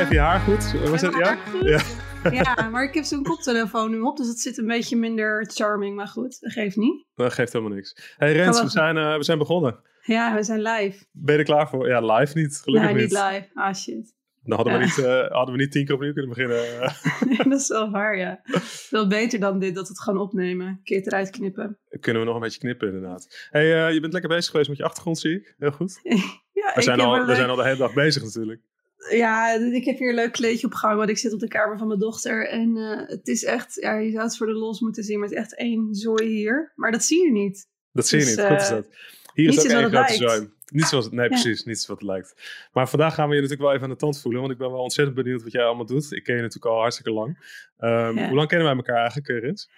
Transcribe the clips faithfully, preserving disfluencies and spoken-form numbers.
Krijg je haar goed? Was het, ja? Ja. Ja, maar ik heb zo'n koptelefoon nu op, dus het zit een beetje minder charming, maar goed, dat geeft niet. Dat geeft helemaal niks. Hey Rens, we zijn, uh, we zijn begonnen. Ja, we zijn live. Ben je er klaar voor? Ja, live niet, gelukkig nee, niet. niet live. Ah, shit. Dan hadden we, ja. niet, uh, hadden we niet tien keer opnieuw kunnen beginnen. nee, dat is wel waar, ja. Wel beter dan dit, dat we het gewoon opnemen. Een keer het eruit knippen. Kunnen we nog een beetje knippen, inderdaad. Hey, uh, je bent lekker bezig geweest met je achtergrond, zie ik. Heel goed. ja, we, zijn al, we leuk... zijn al de hele dag bezig natuurlijk. Ja, ik heb hier een leuk kleedje opgehangen, want ik zit op de kamer van mijn dochter. En uh, het is echt, ja, je zou het voor de los moeten zien, maar het is echt één zooi hier. Maar dat zie je niet. Dat zie je dus, niet, goed is dat. Hier is ook één grote zooi. Niet zoals het, nee, ja. precies, niet zoals het lijkt. Maar vandaag gaan we je natuurlijk wel even aan de tand voelen, want ik ben wel ontzettend benieuwd wat jij allemaal doet. Ik ken je natuurlijk al hartstikke lang. Um, ja. Hoe lang kennen wij elkaar eigenlijk, Rens?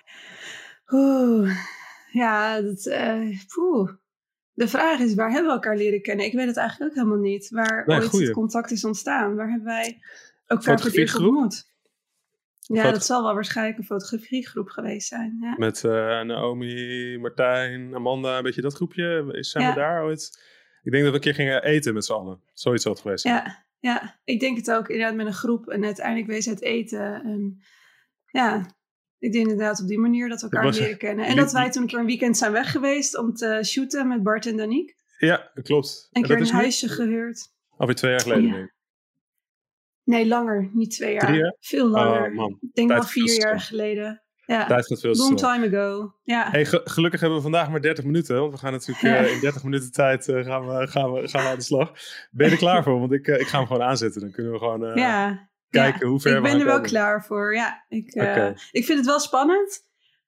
Oeh, ja, dat, uh, poeh. De vraag is, waar hebben we elkaar leren kennen? Ik weet het eigenlijk ook helemaal niet. Waar nee, ooit goeie. het contact is ontstaan. Waar hebben wij elkaar voor het eerst ontmoet? Ja, Foto- dat zal wel waarschijnlijk een fotografiegroep geweest zijn. Ja. Met uh, Naomi, Martijn, Amanda, een beetje dat groepje. Zijn ja. we daar ooit? Ik denk dat we een keer gingen eten met z'n allen. Zoiets zal het geweest zijn. Ja, ja, ik denk het ook. Inderdaad met een groep. En uiteindelijk wees het eten. En ja... Ik denk inderdaad op die manier dat we elkaar was, leren kennen. En dat wij toen een keer een weekend zijn weg geweest om te shooten met Bart en Danique. Ja, dat klopt. Een keer een huisje nu? gehuurd. Alweer twee jaar geleden, ja. denk ik. Nee, langer. Niet twee jaar. Drie jaar? Veel langer. Oh, man. Ik denk wel vier jaar geleden. Ja. Tijd gaat veel Long snel. time ago. Ja. Hey, ge- gelukkig hebben we vandaag maar dertig minuten. Want we gaan natuurlijk ja. uh, in dertig minuten tijd uh, gaan, we, gaan, we, gaan we aan de slag. Ben je er klaar voor? Want ik, uh, ik ga hem gewoon aanzetten. Dan kunnen we gewoon... Uh, ja. Kijken ja, hoe ver ik we gaan ben er wel komen. klaar voor. Ja, ik, uh, okay. ik vind het wel spannend.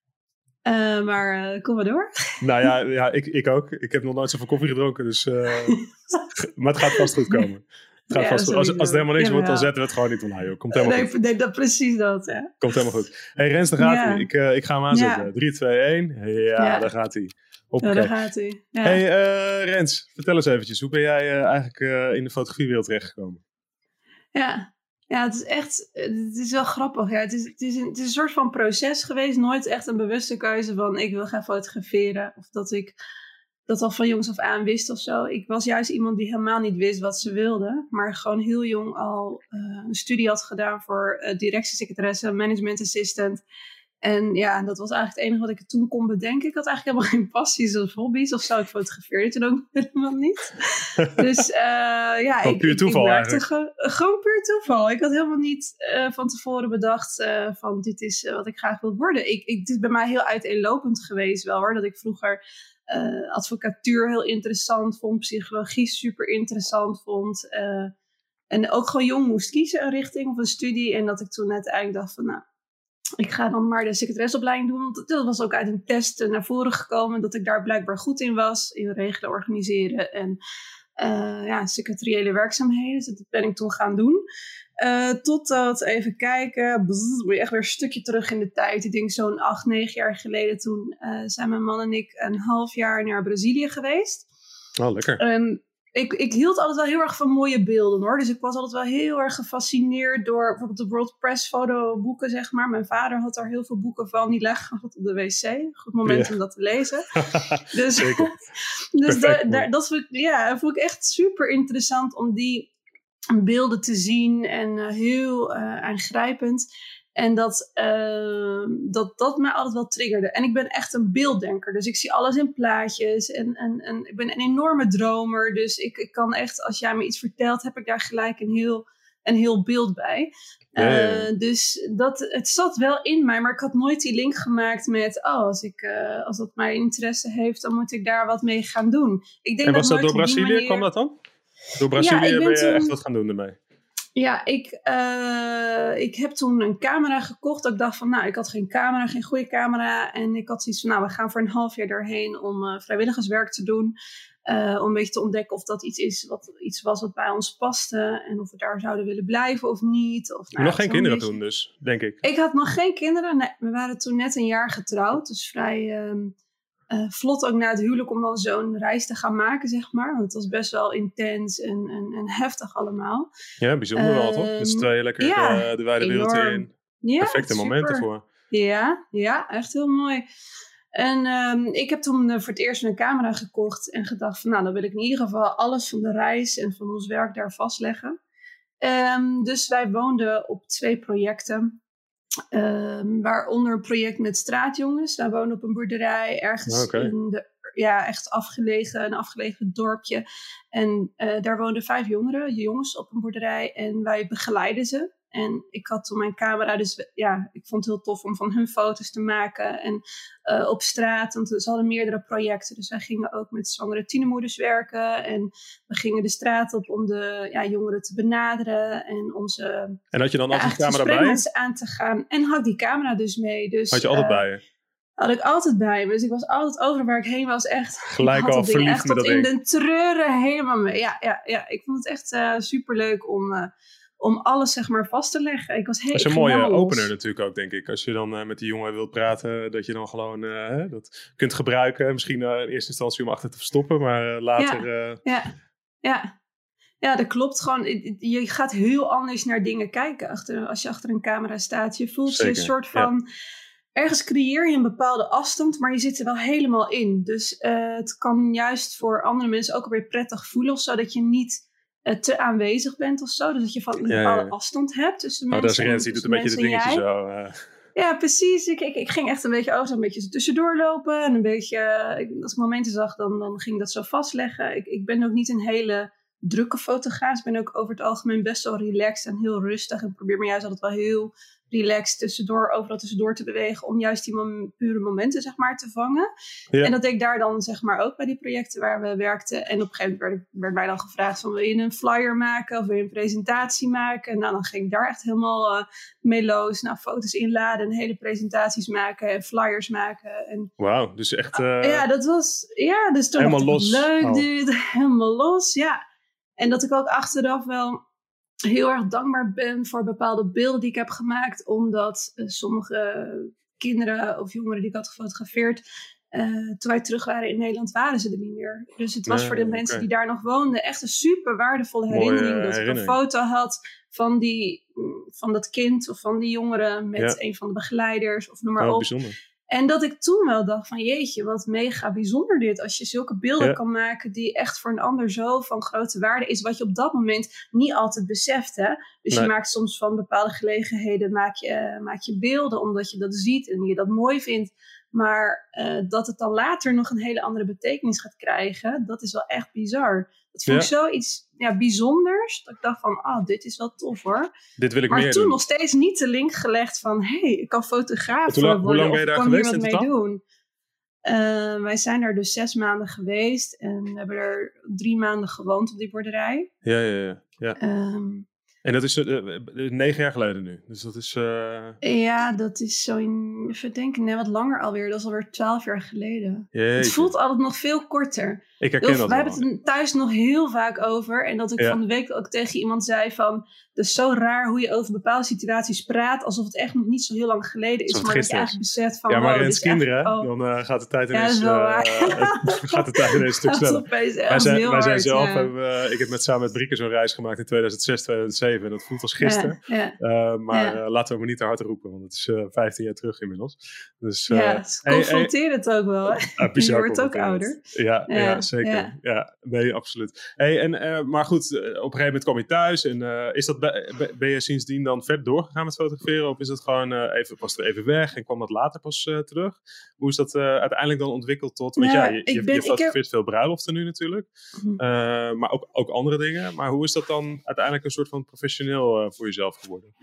Uh, maar uh, kom maar door. Nou ja, ja ik, ik ook. Ik heb nog nooit zoveel koffie gedronken. Dus, uh, maar het gaat vast goed komen. Het gaat ja, vast goed. Als, als het helemaal niks ja, wordt, dan zetten we het gewoon niet online. Joh. Komt helemaal nee, goed. Nee, dat, precies dat. Ja. Komt helemaal goed. Hey Rens, daar gaat hij. Ja. Ik, uh, ik ga hem aanzetten. Ja. drie, twee, één. Ja, ja. daar gaat hij. Ja, daar gaat hij. Ja. Hey uh, Rens, vertel eens eventjes. Hoe ben jij uh, eigenlijk uh, in de fotografiewereld terechtgekomen? Ja. Ja, het is echt, het is wel grappig. Ja. Het, is, het, is een, het is een soort van proces geweest. Nooit echt een bewuste keuze van ik wil gaan fotograferen. Of dat ik dat al van jongs af aan wist of zo. Ik was juist iemand die helemaal niet wist wat ze wilde. Maar gewoon heel jong al uh, een studie had gedaan voor uh, directiesecretaresse, management assistant. En ja, dat was eigenlijk het enige wat ik toen kon bedenken. Ik had eigenlijk helemaal geen passies of hobby's of zo. Ik fotografeerde toen ook helemaal niet. Dus uh, ja, gewoon ik, puur toeval ik eigenlijk. Ge- gewoon puur toeval. Ik had helemaal niet uh, van tevoren bedacht uh, van dit is uh, wat ik graag wil worden. Ik, ik, het is bij mij heel uiteenlopend geweest wel hoor. Dat ik vroeger uh, advocatuur heel interessant vond. Psychologie super interessant vond. Uh, en ook gewoon jong moest kiezen een richting of een studie. En dat ik toen uiteindelijk dacht van nou. Ik ga dan maar de secretaresopleiding doen. Want dat was ook uit een test naar voren gekomen. Dat ik daar blijkbaar goed in was. In regelen, organiseren en uh, ja, secretariële werkzaamheden. Dus dat ben ik toen gaan doen. Uh, totdat, even kijken. Bzz, weer echt weer een stukje terug in de tijd. Ik denk zo'n acht, negen jaar geleden. Toen uh, zijn mijn man en ik een half jaar naar Brazilië geweest. Oh, lekker. Um, Ik, ik hield altijd wel heel erg van mooie beelden hoor. Dus ik was altijd wel heel erg gefascineerd door bijvoorbeeld de World Press fotoboeken, zeg maar. Mijn vader had daar heel veel boeken van. Die leggen altijd op de wc. Goed moment ja. om dat te lezen. Dus, dus da, da, dat vond ik, ja, vond ik echt super interessant om die beelden te zien. En uh, heel uh, aangrijpend. En dat, uh, dat dat mij altijd wel triggerde. En ik ben echt een beelddenker. Dus ik zie alles in plaatjes. En, en, en ik ben een enorme dromer. Dus ik, ik kan echt, als jij me iets vertelt, heb ik daar gelijk een heel, een heel beeld bij. Ja, ja, ja. Uh, dus dat, het zat wel in mij. Maar ik had nooit die link gemaakt met, oh, als, ik, uh, als dat mijn interesse heeft, dan moet ik daar wat mee gaan doen. Ik denk en was dat, dat door Brazilië? Manier... Kwam dat dan? Door Brazilië ja, ben je toen... echt wat gaan doen ermee? Ja, ik, uh, ik heb toen een camera gekocht. Dat ik dacht van, nou, ik had geen camera, geen goede camera. En ik had zoiets van, nou, we gaan voor een half jaar daarheen om uh, vrijwilligerswerk te doen. Uh, om een beetje te ontdekken of dat iets is, wat, iets was wat bij ons paste. En of we daar zouden willen blijven of niet. Of, nou, nog geen kinderen beetje... toen dus, denk ik. Ik had nog geen kinderen. Nee, we waren toen net een jaar getrouwd. Dus vrij... Um, Uh, vlot ook na het huwelijk om dan zo'n reis te gaan maken, zeg maar. Want het was best wel intens en, en, en heftig allemaal. Ja, bijzonder uh, wel, toch? Met z'n tweeën lekker ja, uh, de wijde wereld in. Ja, perfecte super. momenten voor. Ja, ja, echt heel mooi. En um, ik heb toen uh, voor het eerst een camera gekocht en gedacht van, nou, dan wil ik in ieder geval alles van de reis en van ons werk daar vastleggen. Um, dus wij woonden op twee projecten. Um, waaronder een project met straatjongens. Wij woonden op een boerderij ergens okay. in de... Ja, echt afgelegen, een afgelegen dorpje. En uh, daar woonden vijf jongeren, jongens op een boerderij. En wij begeleiden ze. En ik had toen mijn camera, dus ja, ik vond het heel tof om van hun foto's te maken. En uh, op straat, want ze hadden meerdere projecten. Dus wij gingen ook met zwangere tienermoeders werken. En we gingen de straat op om de ja, jongeren te benaderen. En om ze... En had je dan ja, altijd die camera bij je? aan te gaan. En had die camera dus mee. Dus, had je altijd uh, bij je? Had ik altijd bij me. Dus ik was altijd over waar ik heen was. Echt, gelijk al verliefd echt met dat ding. in de treuren helemaal mee. Ja, ja, ja, ik vond het echt uh, superleuk om, uh, om alles zeg maar vast te leggen. Ik was heel, dat is een mooie opener natuurlijk ook, denk ik. Als je dan uh, met die jongen wilt praten, dat je dan gewoon uh, dat kunt gebruiken. Misschien uh, in eerste instantie om achter te verstoppen, maar uh, later... Ja, uh... ja, ja. Ja, dat klopt gewoon. Je gaat heel anders naar dingen kijken achter, als je achter een camera staat. Je voelt je een soort van... Ja. Ergens creëer je een bepaalde afstand, maar je zit er wel helemaal in. Dus uh, het kan juist voor andere mensen ook alweer prettig voelen of zo. Dat je niet uh, te aanwezig bent of zo. Dus dat je van een bepaalde ja, ja. afstand hebt tussen de oh, mensen. Oh, dat is Rens, die doet een beetje de dingetjes zo. Uh. Ja, precies. Ik, ik, ik ging echt een beetje over, een beetje tussendoor lopen. En een beetje, uh, als ik momenten zag, dan, dan ging ik dat zo vastleggen. Ik, ik ben ook niet een hele drukke fotograaf. Ik ben ook over het algemeen best wel relaxed en heel rustig. En probeer me juist altijd wel heel... relaxed tussendoor, overal tussendoor te bewegen, om juist die mom- pure momenten, zeg maar, te vangen. Ja. En dat deed ik daar dan, zeg maar, ook bij die projecten waar we werkten. En op een gegeven moment werd, werd mij dan gevraagd van, wil je een flyer maken of wil je een presentatie maken? En nou, dan ging ik daar echt helemaal uh, mee los. Nou, foto's inladen en hele presentaties maken en flyers maken. En, Wauw, dus echt... Uh, ja, dat was... Ja, dus toen helemaal los. Leuk, oh. dude. Helemaal los, ja. En dat ik ook achteraf wel... heel erg dankbaar ben voor bepaalde beelden die ik heb gemaakt. Omdat uh, sommige kinderen of jongeren die ik had gefotografeerd... Uh, toen wij terug waren in Nederland, waren ze er niet meer. Dus het was nee, voor de mensen okay. die daar nog woonden... echt een super waardevolle herinnering. Mooie, dat herinnering. Ik een foto had van, die, van dat kind of van die jongeren... met ja. een van de begeleiders of noem maar oh, op. Bijzonder. En dat ik toen wel dacht van jeetje, wat mega bijzonder dit. Als je zulke beelden ja. kan maken die echt voor een ander zo van grote waarde is. Wat je op dat moment niet altijd beseft. Hè? Dus nee. je maakt soms van bepaalde gelegenheden maak je, uh, maak je beelden omdat je dat ziet en je dat mooi vindt. Maar uh, dat het dan later nog een hele andere betekenis gaat krijgen. Dat is wel echt bizar. Dat vond ja. ik zoiets ja, bijzonders. Dat ik dacht van, ah, oh, dit is wel tof hoor. Dit wil ik maar meer toen doen. nog steeds niet de link gelegd van... hé, hey, ik kan fotograaf hoe lang, worden. Hoe lang ben je daar kan geweest hier wat in mee totaal? doen. Uh, wij zijn daar dus zes maanden geweest. En we hebben er drie maanden gewoond op die boerderij. Ja, ja, ja. ja. Um, en dat is uh, negen jaar geleden nu. Dus dat is... Uh... Ja, dat is zo in... Even denken, nee, wat langer alweer. Dat is alweer twaalf jaar geleden. Jeetje. Het voelt altijd nog veel korter. Ik herken dus, dat wij wel. hebben het thuis nog heel vaak over. En dat ik ja. van de week ook tegen iemand zei van... Het is zo raar hoe je over bepaalde situaties praat... alsof het echt nog niet zo heel lang geleden is. Maar dat je eigenlijk beseft van... Ja, maar wow, Rens kinderen, echt, oh. dan uh, gaat de tijd Ja, ineens... Ja, uh, gaat de tijd ineens een stuk sneller. Wij zijn, wij hard, zijn zelf... Ja. Hebben, uh, ik heb met, samen met Brieke zo'n reis gemaakt in tweeduizend zes, tweeduizend zeven. En dat voelt als gisteren. Ja, ja. Uh, maar ja. uh, laten we maar niet te hard roepen. Want het is uh, vijftien jaar terug inmiddels. Dus, uh, ja, het confronteert het ook wel. Hè? Uh, je wordt ook ouder. Ja, ja, ja zeker. Ja. Ja, nee, absoluut. Hey, en, uh, maar goed, uh, op een gegeven moment kwam je thuis. En uh, is dat be- ben je sindsdien dan verder doorgegaan met fotograferen? Of is het gewoon uh, even, was er even weg en kwam dat later pas uh, terug? Hoe is dat uh, uiteindelijk dan ontwikkeld tot... Want ja, ja je, je, ben, je fotografeert heb... veel bruiloften nu natuurlijk. Uh, maar ook, ook andere dingen. Maar hoe is dat dan uiteindelijk een soort van professioneel uh, voor jezelf geworden?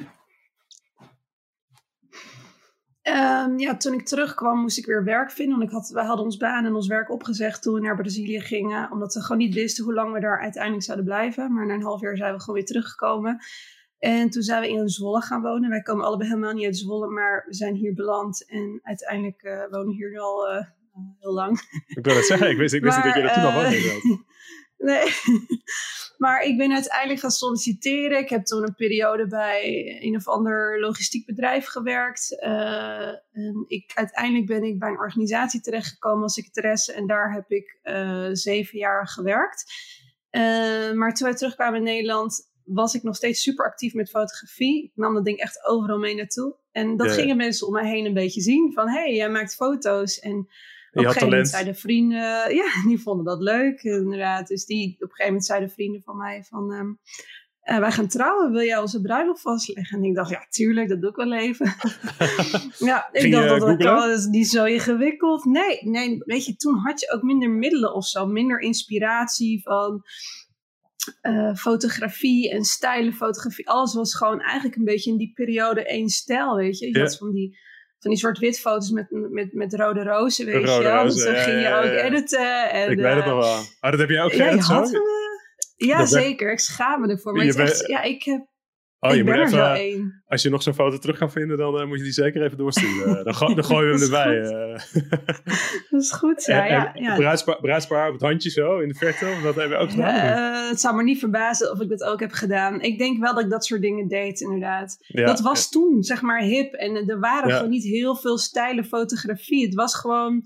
Um, ja, toen ik terugkwam moest ik weer werk vinden. Want ik had, wij hadden ons baan en ons werk opgezegd toen we naar Brazilië gingen. Omdat we gewoon niet wisten hoe lang we daar uiteindelijk zouden blijven. Maar na een half jaar zijn we gewoon weer teruggekomen. En toen zijn we in Zwolle gaan wonen. Wij komen allebei helemaal niet uit Zwolle, maar we zijn hier beland. En uiteindelijk uh, wonen we hier nu al uh, heel lang. Ik wil het zeggen, ik wist, ik wist maar, niet dat je er toen uh, al woonde. Nee, maar ik ben uiteindelijk gaan solliciteren. Ik heb toen een periode bij een of ander logistiek bedrijf gewerkt. Uh, en ik, uiteindelijk ben ik bij een organisatie terechtgekomen als secretaresse. En daar heb ik uh, zeven jaar gewerkt. Uh, maar toen wij terugkwamen in Nederland was ik nog steeds super actief met fotografie. Ik nam dat ding echt overal mee naartoe. En dat ja, gingen mensen om mij heen een beetje zien. Van, hé, hey, jij maakt foto's. En op een gegeven moment zeiden vrienden... Ja, die vonden dat leuk, inderdaad. Dus die, op een gegeven moment zeiden vrienden van mij van... Um, Uh, wij gaan trouwen, wil jij onze bruiloft vastleggen? En ik dacht, ja, tuurlijk, dat doe ik wel even. ja, ik Ging dacht, je dat googlen? dat is niet zo ingewikkeld. Nee, nee, weet je, toen had je ook minder middelen of zo. Minder inspiratie van uh, fotografie en stijlen fotografie. Alles was gewoon eigenlijk een beetje in die periode één stijl, weet je. Je Ja. had van die... Van die zwart-wit foto's met, met, met rode rozen, weet Rode je wel. rozen, Dus dan ja, ging je ja, ook ja. editen. En, Ik weet het uh, nog wel. Oh, dat heb jij ook ja, geëdit je had zo? hem, uh, ja, Dat ben- zeker. Ik schaam me ervoor. Maar Je het is bent- echt, ja, ik, heb, Oh, ik je moet ben er even, zo één. als je nog zo'n foto terug gaat vinden, dan uh, moet je die zeker even doorsturen. dan, go- dan gooien we hem Dat is erbij. Uh. Dat is goed, ja. en, ja, en ja. bruidspaar, bruidspaar op het handje zo, in de verte. Of dat hebben we ook gedaan. Uh, het zou me niet verbazen of ik dat ook heb gedaan. Ik denk wel dat ik dat soort dingen deed, inderdaad. Ja, dat was ja. toen, zeg maar, hip. En er waren Ja. gewoon niet heel veel stijlen fotografie. Het was gewoon,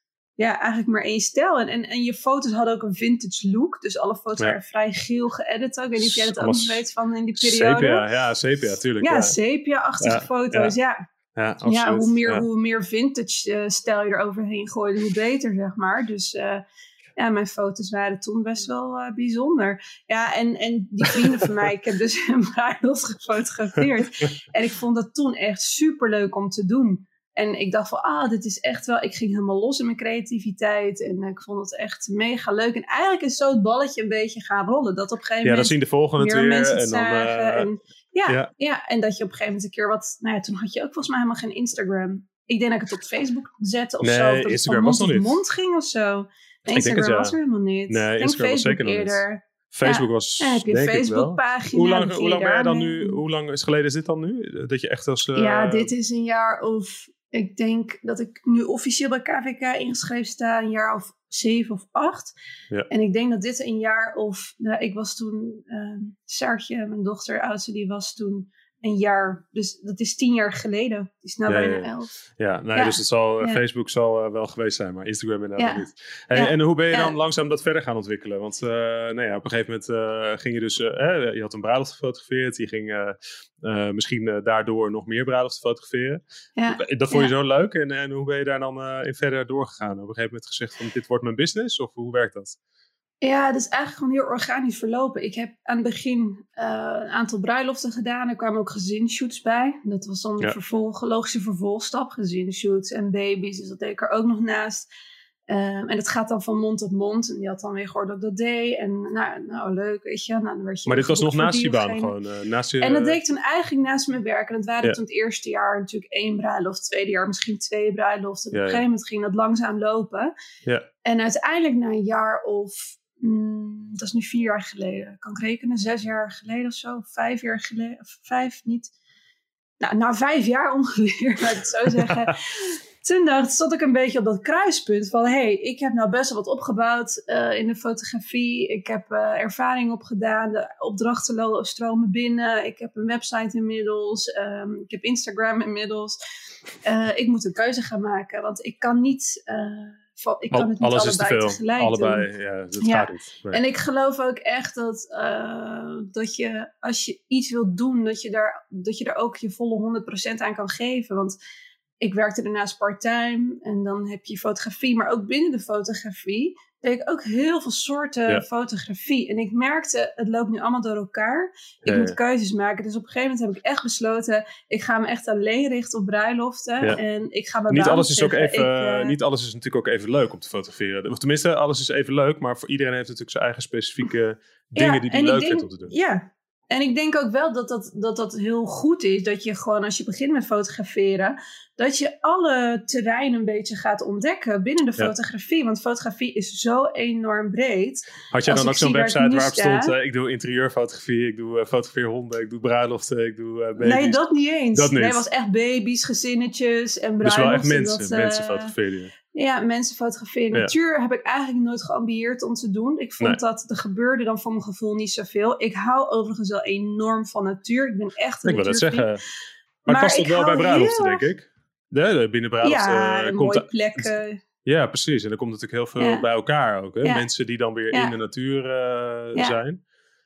ja, eigenlijk maar één stijl. En, en, en je foto's hadden ook een vintage look. Dus alle foto's Ja. waren vrij geel geëdit ook. Ik weet niet of jij dat ook Allemaal nog weet van in die periode. Sepia, ja, sepia, tuurlijk. Ja, Ja, sepia-achtige Ja, foto's, ja. ja, absoluut. Ja, hoe meer, Ja. hoe meer vintage uh, stijl je eroverheen gooide, hoe beter, zeg maar. Dus uh, ja, mijn foto's waren toen best wel uh, bijzonder. Ja, en, en die vrienden van mij, ik heb dus een bruiloft gefotografeerd. En ik vond dat toen echt superleuk om te doen. En ik dacht van, ah, dit is echt wel... Ik ging helemaal los in mijn creativiteit. En uh, ik vond het echt mega leuk. En eigenlijk is zo het balletje een beetje gaan rollen. Dat op een gegeven Ja, dan moment zien de volgende het meer weer. mensen het En dan, zagen. uh, en, ja, ja. ja, en dat je op een gegeven moment een keer wat... Nou ja, toen had je ook volgens mij helemaal geen Instagram. Ik denk dat ik het op Facebook zette of Nee, zo. Of dat het Instagram van was mond nog tot niet. mond ging of zo. Nee, het, Instagram ja. was er helemaal niet. Nee, ik denk Instagram was Facebook zeker nog niet. eerder. Facebook Ja. was, Ja, heb je denk een ik wel. Facebookpagina. Hoe lang, begin hoe lang ben je dan daarmee. nu? Hoe lang is geleden is dit dan nu? Dat je echt als... Uh, Ja, dit is een jaar of... Ik denk dat ik nu officieel bij K V K ingeschreven sta. Een jaar of zeven of acht. Ja. En ik denk dat dit een jaar of... Nou, ik was toen... Uh, Saartje, mijn dochter, oudste, die was toen een jaar. Dus dat is tien jaar geleden. Die is nou Ja, bijna ja, ja. elf. Ja, nee, Ja. dus het zal, uh, Ja. Facebook zal uh, wel geweest zijn, maar Instagram inderdaad Ja. niet. Hey, Ja. En hoe ben je Ja. dan langzaam dat verder gaan ontwikkelen? Want uh, nou ja, op een gegeven moment uh, ging je dus... Uh, eh, je had een bruiloft gefotografeerd. Je ging uh, uh, misschien uh, daardoor nog meer bruiloften fotograferen. Ja. Dat vond je Ja. zo leuk? En, en hoe ben je daar dan uh, in verder doorgegaan? Op een gegeven moment gezegd van dit wordt mijn business? Of hoe werkt dat? Ja, het is eigenlijk gewoon heel organisch verlopen. Ik heb aan het begin uh, een aantal bruiloften gedaan. Er kwamen ook gezinsshoots bij. Dat was dan de Ja. vervolg, logische vervolgstap. Gezinsshoots en baby's, dus dat deed ik er ook nog naast. Um, en het gaat dan van mond tot mond. En die had dan weer gehoord dat ik dat deed. En nou, nou leuk, weet je. Nou, dan werd je Maar dit was nog geboekt naast voor je die baan of gene. gewoon? Uh, naast je, En dat deed ik toen eigenlijk naast mijn werk. En dat waren Ja. toen het eerste jaar natuurlijk één bruiloft. Tweede jaar misschien twee bruiloften. En Ja, op een ja. gegeven moment ging dat langzaam lopen. Ja. En uiteindelijk na een jaar of... Mm, dat is nu vier jaar geleden. Kan ik rekenen? Zes jaar geleden of zo. Vijf jaar geleden. Of vijf niet. Nou, na vijf jaar ongeveer, laat ik het zo zeggen. Toen dacht, stond ik een beetje op dat kruispunt van... hé, hey, ik heb nou best wel wat opgebouwd uh, in de fotografie. Ik heb uh, ervaring opgedaan. De opdrachten lo- stromen binnen. Ik heb een website inmiddels. Um, ik heb Instagram inmiddels. Uh, ik moet een keuze gaan maken. Want ik kan niet... Uh, Ik kan het niet Alles allebei is te veel. tegelijk allebei, doen. ja, dat Ja. gaat niet. Nee. En ik geloof ook echt dat, uh, dat je, als je iets wilt doen, dat je, daar, dat je er ook je volle honderd procent aan kan geven. Want ik werkte daarnaast part-time en dan heb je fotografie, maar ook binnen de fotografie deed ik ook heel veel soorten Ja. fotografie. En ik merkte, het loopt nu allemaal door elkaar. Ik Ja, moet ja. keuzes maken. Dus op een gegeven moment heb ik echt besloten, ik ga me echt alleen richten op bruiloften. Ja. En ik ga mijn Niet baan alles, is ook opzeggen. even, Ik, uh, niet alles is natuurlijk ook even leuk om te fotograferen. Of tenminste, alles is even leuk, maar voor iedereen heeft natuurlijk zijn eigen specifieke dingen Ja, die hij en ik leuk denk- vindt om te doen. Ja, en ik denk ook wel dat dat, dat dat heel goed is. Dat je gewoon als je begint met fotograferen, dat je alle terreinen een beetje gaat ontdekken binnen de Ja. fotografie. Want fotografie is zo enorm breed. Had jij als dan ook ik zo'n zie waar ik website nu waarop sta- stond, uh, ik doe interieurfotografie, ik doe uh, fotografeer honden, ik doe bruiloften, ik doe uh, baby's. Nee, dat niet eens. Dat niet. Nee, het was echt baby's, gezinnetjes en Dus wel echt bruiloften. mensen, dat, uh, mensen fotografeerde je. Ja, mensen fotograferen. Ja. Natuur heb ik eigenlijk nooit geambieerd om te doen. Ik vond Nee. dat er gebeurde dan voor mijn gevoel niet zoveel. Ik hou overigens wel enorm van natuur. Ik ben echt een Ik wil dat natuurfreak. zeggen. Maar, Maar het past toch ik wel bij hou bruiloften, heel denk ik? De, de, binnen bruiloften Ja, uh, een komt mooie er- plekken. Ja, precies. En er komt natuurlijk heel veel Ja. bij elkaar ook. Hè? Ja. Mensen die dan weer Ja. in de natuur uh, Ja. zijn.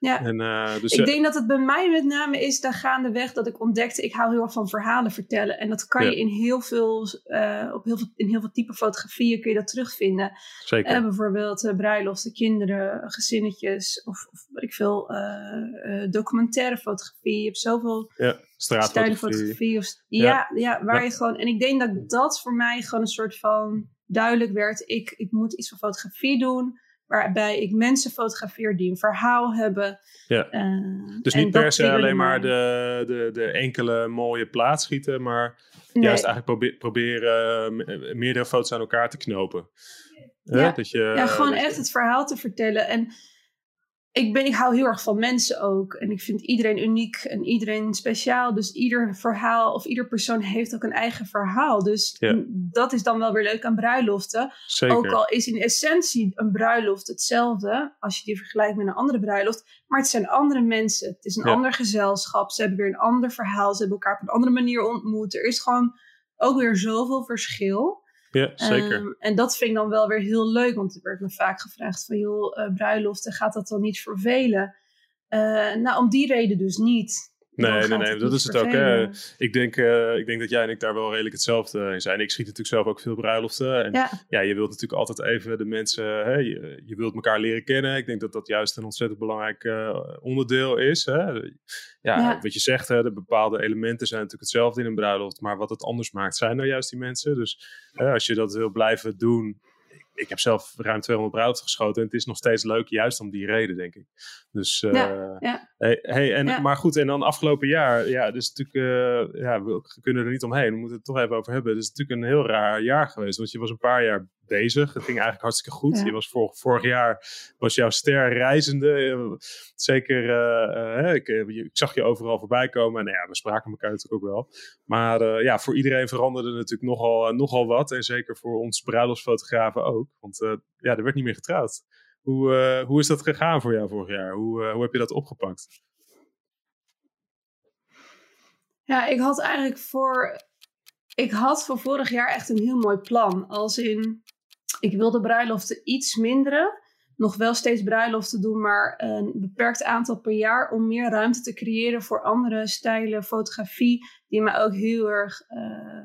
Ja. En, uh, dus, ik denk dat het bij mij met name is daar gaandeweg dat ik ontdekte, ik hou heel erg van verhalen vertellen. En dat kan ja. je in heel veel, uh, op heel veel, in heel veel type fotografieën kun je dat terugvinden. Zeker. Uh, bijvoorbeeld uh, bruiloften, kinderen, gezinnetjes of, of wat ik veel, uh, uh, documentaire fotografie. Je hebt zoveel ja, straatfotografie. Of, ja, ja. ja, waar ja. je gewoon. En ik denk dat dat voor mij gewoon een soort van duidelijk werd. Ik, ik moet iets van fotografie doen. Waarbij ik mensen fotografeer die een verhaal hebben. Ja. Uh, dus niet per se alleen maar de, de, de enkele mooie plaat schieten. Maar nee. juist eigenlijk probeer, proberen uh, meerdere foto's aan elkaar te knopen. Ja, uh, dat je, ja gewoon dat echt je... het verhaal te vertellen. En ik, ben, ik hou heel erg van mensen ook. En ik vind iedereen uniek en iedereen speciaal. Dus ieder verhaal of ieder persoon heeft ook een eigen verhaal. Dus ja. dat is dan wel weer leuk aan bruiloften. Zeker. Ook al is in essentie een bruiloft hetzelfde. Als je die vergelijkt met een andere bruiloft. Maar het zijn andere mensen. Het is een ja. ander gezelschap. Ze hebben weer een ander verhaal. Ze hebben elkaar op een andere manier ontmoet. Er is gewoon ook weer zoveel verschil. Ja, zeker. Um, en dat vind ik dan wel weer heel leuk. Want er werd me vaak gevraagd van, joh, uh, bruiloften, gaat dat dan niet vervelen? Uh, nou, om die reden dus niet. Nee, nee, nee, dat is het vervelen. ook. Hè. Ik, denk, uh, ik denk dat jij en ik daar wel redelijk hetzelfde in zijn. Ik schiet natuurlijk zelf ook veel bruiloften. En ja. ja, je wilt natuurlijk altijd even de mensen... Hè, je, je wilt elkaar leren kennen. Ik denk dat dat juist een ontzettend belangrijk uh, onderdeel is. Hè. Ja, ja, wat je zegt, hè, de bepaalde elementen zijn natuurlijk hetzelfde in een bruiloft. Maar wat het anders maakt, zijn nou juist die mensen. Dus hè, als je dat wil blijven doen... Ik heb zelf ruim tweehonderd bruiloften geschoten en het is nog steeds leuk, juist om die reden, denk ik. Dus, uh, ja, ja. Hey, hey, en, ja. maar goed, en dan afgelopen jaar, ja, dus natuurlijk, uh, ja, we kunnen er niet omheen, we moeten het toch even over hebben. Het is natuurlijk een heel raar jaar geweest, want je was een paar jaar bezig. Het ging eigenlijk hartstikke goed. Ja. Je was vorig, vorig jaar, was jouw ster reizende. Zeker, uh, uh, ik, ik zag je overal voorbij komen. En nou ja, we spraken elkaar natuurlijk ook wel. Maar uh, ja, voor iedereen veranderde natuurlijk nogal, uh, nogal wat. En zeker voor ons bruiloftsfotografen ook. Want uh, ja, er werd niet meer getrouwd. Hoe, uh, hoe is dat gegaan voor jou vorig jaar? Hoe, uh, hoe heb je dat opgepakt? Ja, ik had eigenlijk voor... Ik had voor vorig jaar echt een heel mooi plan. Als in... Ik wilde bruiloften iets minderen. Nog wel steeds bruiloften doen, maar een beperkt aantal per jaar. Om meer ruimte te creëren voor andere stijlen fotografie. Die mij ook heel erg uh,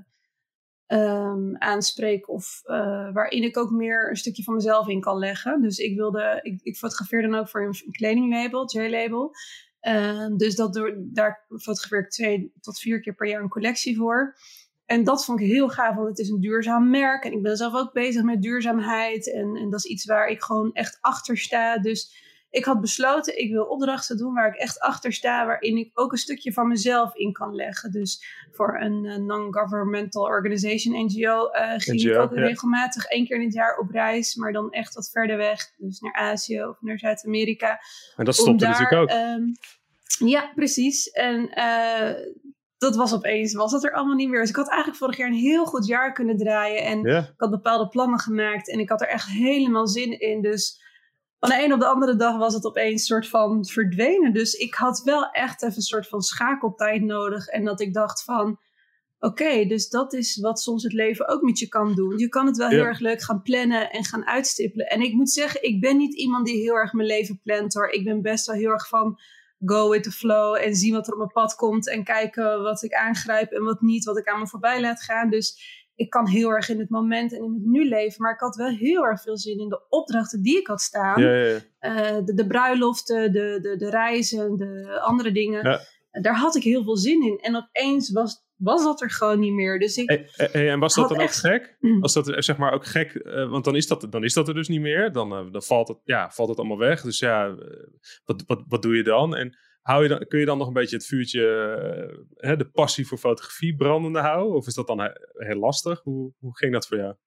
um, aanspreken. Of uh, waarin ik ook meer een stukje van mezelf in kan leggen. Dus ik wilde, ik, ik fotografeer dan ook voor een, een kledinglabel, J-label. Uh, dus dat door, daar fotografeer ik twee tot vier keer per jaar een collectie voor. En dat vond ik heel gaaf, want het is een duurzaam merk. En ik ben zelf ook bezig met duurzaamheid. En, en dat is iets waar ik gewoon echt achter sta. Dus ik had besloten, ik wil opdrachten doen waar ik echt achter sta. Waarin ik ook een stukje van mezelf in kan leggen. Dus voor een uh, non-governmental organization, N G O, uh, ging N G O, ik ook ja. regelmatig één keer in het jaar op reis. Maar dan echt wat verder weg. Dus naar Azië of naar Zuid-Amerika. En dat stopte daar, natuurlijk ook. Um, ja, precies. En... Uh, Dat was opeens, was dat er allemaal niet meer. Dus ik had eigenlijk vorig jaar een heel goed jaar kunnen draaien. En yeah. ik had bepaalde plannen gemaakt. En ik had er echt helemaal zin in. Dus van de een op de andere dag was het opeens soort van verdwenen. Dus ik had wel echt even een soort van schakeltijd nodig. En dat ik dacht van... Oké, okay, dus dat is wat soms het leven ook met je kan doen. Je kan het wel heel yeah. erg leuk gaan plannen en gaan uitstippelen. En ik moet zeggen, ik ben niet iemand die heel erg mijn leven plant hoor. Ik ben best wel heel erg van... go with the flow en zien wat er op mijn pad komt en kijken wat ik aangrijp en wat niet, wat ik aan me voorbij laat gaan. Dus ik kan heel erg in het moment en in het nu leven, maar ik had wel heel erg veel zin in de opdrachten die ik had staan. Ja, ja, ja. Uh, de, de bruiloften, de, de, de reizen, de andere dingen. Ja. Daar had ik heel veel zin in. En opeens was, was dat er gewoon niet meer. Dus ik hey, hey, en was dat dan echt... ook gek? Was dat zeg maar ook gek? Uh, want dan is, dat, dan is dat er dus niet meer. Dan, uh, dan valt, het, ja, valt het allemaal weg. Dus ja, uh, wat, wat, wat doe je dan? En hou je dan, kun je dan nog een beetje het vuurtje, uh, de passie voor fotografie brandende houden? Of is dat dan heel lastig? Hoe, hoe ging dat voor jou?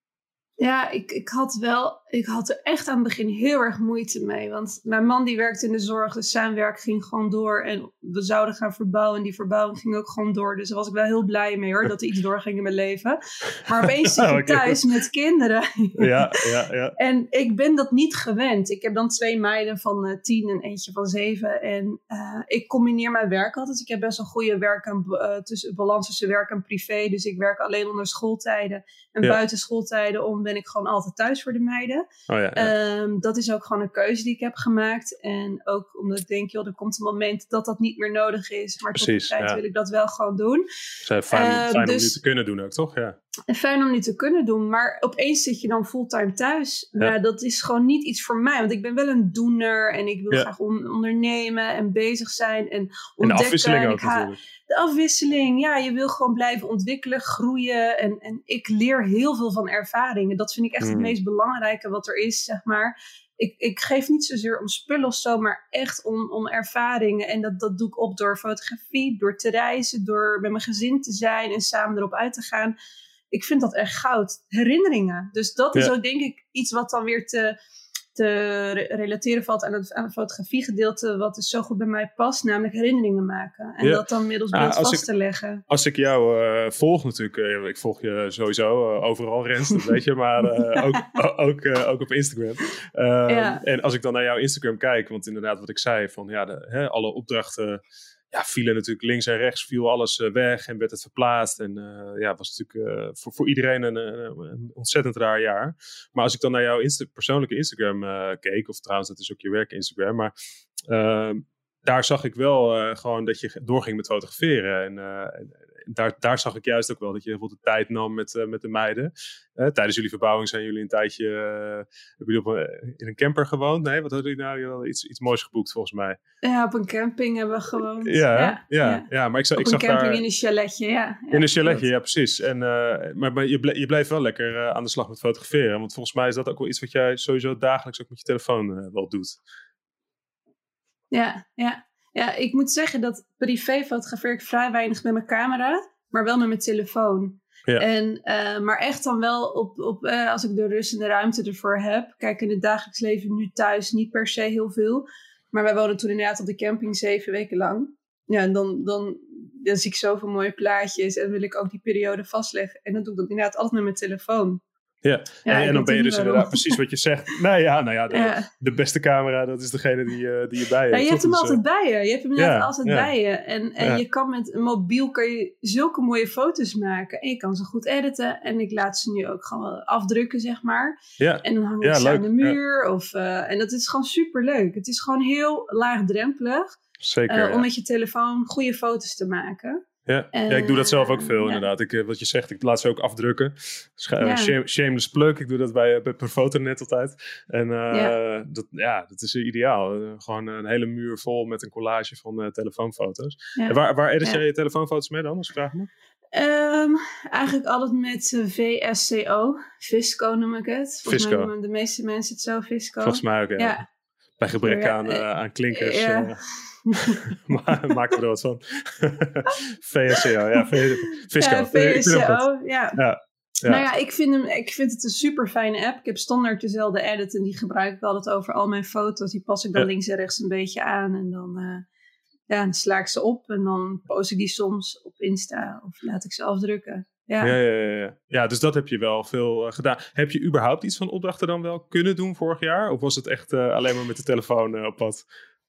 Ja, ik, ik had wel, ik had er echt aan het begin heel erg moeite mee. Want mijn man die werkte in de zorg, dus zijn werk ging gewoon door. En we zouden gaan verbouwen en die verbouwing ging ook gewoon door. Dus daar was ik wel heel blij mee hoor, dat er iets doorging in mijn leven. Maar opeens zit je okay. thuis met kinderen. Ja, ja, ja. En ik ben dat niet gewend. Ik heb dan twee meiden van uh, tien en eentje van zeven. En uh, ik combineer mijn werk altijd. Ik heb best een goede werk en, uh, tussen, balans tussen werk en privé. Dus ik werk alleen onder schooltijden en ja. buiten schooltijden om ben ik gewoon altijd thuis voor de meiden. Oh, ja, ja. Um, dat is ook gewoon een keuze die ik heb gemaakt. En ook omdat ik denk, joh, er komt een moment dat dat niet meer nodig is. Maar Precies, tot die tijd ja. wil ik dat wel gewoon doen. Fijn, fijn uh, om dus, nu te kunnen doen ook, toch? Ja. Fijn om nu te kunnen doen. Maar opeens zit je dan fulltime thuis. Ja. Nou, dat is gewoon niet iets voor mij. Want ik ben wel een doener. En ik wil ja. graag on- ondernemen en bezig zijn. En ontdekken. En de afwisseling ook ha- natuurlijk. De afwisseling, ja. Je wil gewoon blijven ontwikkelen, groeien. En, en ik leer heel veel van ervaringen. Dat vind ik echt hmm. het meest belangrijke wat er is, zeg maar. Ik, ik geef niet zozeer om spullen of zo, maar echt om, om ervaringen. En dat, dat doe ik op door fotografie, door te reizen, door met mijn gezin te zijn en samen erop uit te gaan. Ik vind dat echt goud. Herinneringen. Dus dat ja. is ook denk ik iets wat dan weer te, te relateren valt aan het, aan het fotografiegedeelte, wat dus zo goed bij mij past, namelijk herinneringen maken. En ja. dat dan middels beeld ah, vast ik, te leggen. Als ik jou uh, volg natuurlijk, uh, ik volg je sowieso uh, overal, Rens, dat weet je, maar uh, ook, ook, uh, ook op Instagram. Uh, ja. En als ik dan naar jouw Instagram kijk, want inderdaad wat ik zei, van ja, de, hè, alle opdrachten ja, vielen natuurlijk links en rechts, viel alles uh, weg en werd het verplaatst. En uh, ja, het was natuurlijk uh, voor, voor iedereen een, een ontzettend raar jaar. Maar als ik dan naar jouw Insta- persoonlijke Instagram uh, keek, of trouwens, dat is ook je werk Instagram, maar uh, daar zag ik wel uh, gewoon dat je doorging met fotograferen. En uh, daar, daar zag ik juist ook wel dat je heel veel de tijd nam met, uh, met de meiden. Uh, tijdens jullie verbouwing zijn jullie een tijdje uh, hebben jullie op een, in een camper gewoond. Nee, wat hadden jullie nou? Jullie hadden iets, iets moois geboekt volgens mij. Ja, op een camping hebben we gewoond. Ja, ja, ja. ja. ja maar ik, op ik een zag camping daar, in een chaletje, ja. In een chaletje, ja, precies. En, uh, maar maar je, ble, je bleef wel lekker uh, aan de slag met fotograferen. Want volgens mij is dat ook wel iets wat jij sowieso dagelijks ook met je telefoon uh, wel doet. Ja, ja. Ja, ik moet zeggen dat privé fotografeer ik vrij weinig met mijn camera, maar wel met mijn telefoon. Ja. En, uh, maar echt dan wel op, op uh, als ik de rust en de ruimte ervoor heb. Kijk, in het dagelijks leven nu thuis niet per se heel veel. Maar wij woonden toen inderdaad op de camping zeven weken lang. Ja, en dan, dan, dan zie ik zoveel mooie plaatjes en wil ik ook die periode vastleggen. En dan doe ik dat inderdaad altijd met mijn telefoon. Ja, ja en, en dan ben je dus inderdaad precies wat je zegt. Nou ja, nou ja, de, ja. de beste camera, dat is degene die, uh, die je bij hebt. Ja, je hebt hem dus, altijd bij je. Je hebt hem inderdaad ja, altijd ja. bij je. En, en ja. je kan met een mobiel kan je zulke mooie foto's maken. En je kan ze goed editen. En ik laat ze nu ook gewoon afdrukken, zeg maar. Ja. En dan hang ik ja, ze leuk. aan de muur. Ja. Of, uh, en dat is gewoon super leuk. Het is gewoon heel laagdrempelig. Zeker, uh, ja. om met je telefoon goede foto's te maken. Ja. ja, ik doe dat zelf ook veel, uh, inderdaad. Ik, wat je zegt, ik laat ze ook afdrukken. Scha- ja. shame, shameless plug. Ik doe dat bij, bij per fotonet altijd. En uh, ja. Dat, ja, dat is ideaal. Uh, gewoon een hele muur vol met een collage van uh, telefoonfoto's. Ja. En waar, waar edit ja. jij je telefoonfoto's mee dan, als ik vraag me? Um, eigenlijk altijd met uh, V S C O. Visco noem ik het. Volgens Visco. mij noemen de meeste mensen het zo, Visco. Volgens mij ook, ja. ja. Bij gebrek ja, aan, uh, aan klinkers. Ja. Uh, maken we er wat van. V S C O, ja. Visco. Ja, V S C O, ja. ja. Ja. Nou ja, ik vind, hem, ik vind het een super fijne app. Ik heb standaard dezelfde edit en die gebruik ik altijd over al mijn foto's. Die pas ik dan ja. links en rechts een beetje aan en dan, uh, ja, dan sla ik ze op en dan post ik die soms op Insta of laat ik ze afdrukken. Ja. Ja, ja, ja, ja. ja, dus dat heb je wel veel uh, gedaan. Heb je überhaupt iets van opdrachten dan wel kunnen doen vorig jaar? Of was het echt uh, alleen maar met de telefoon uh, op pad?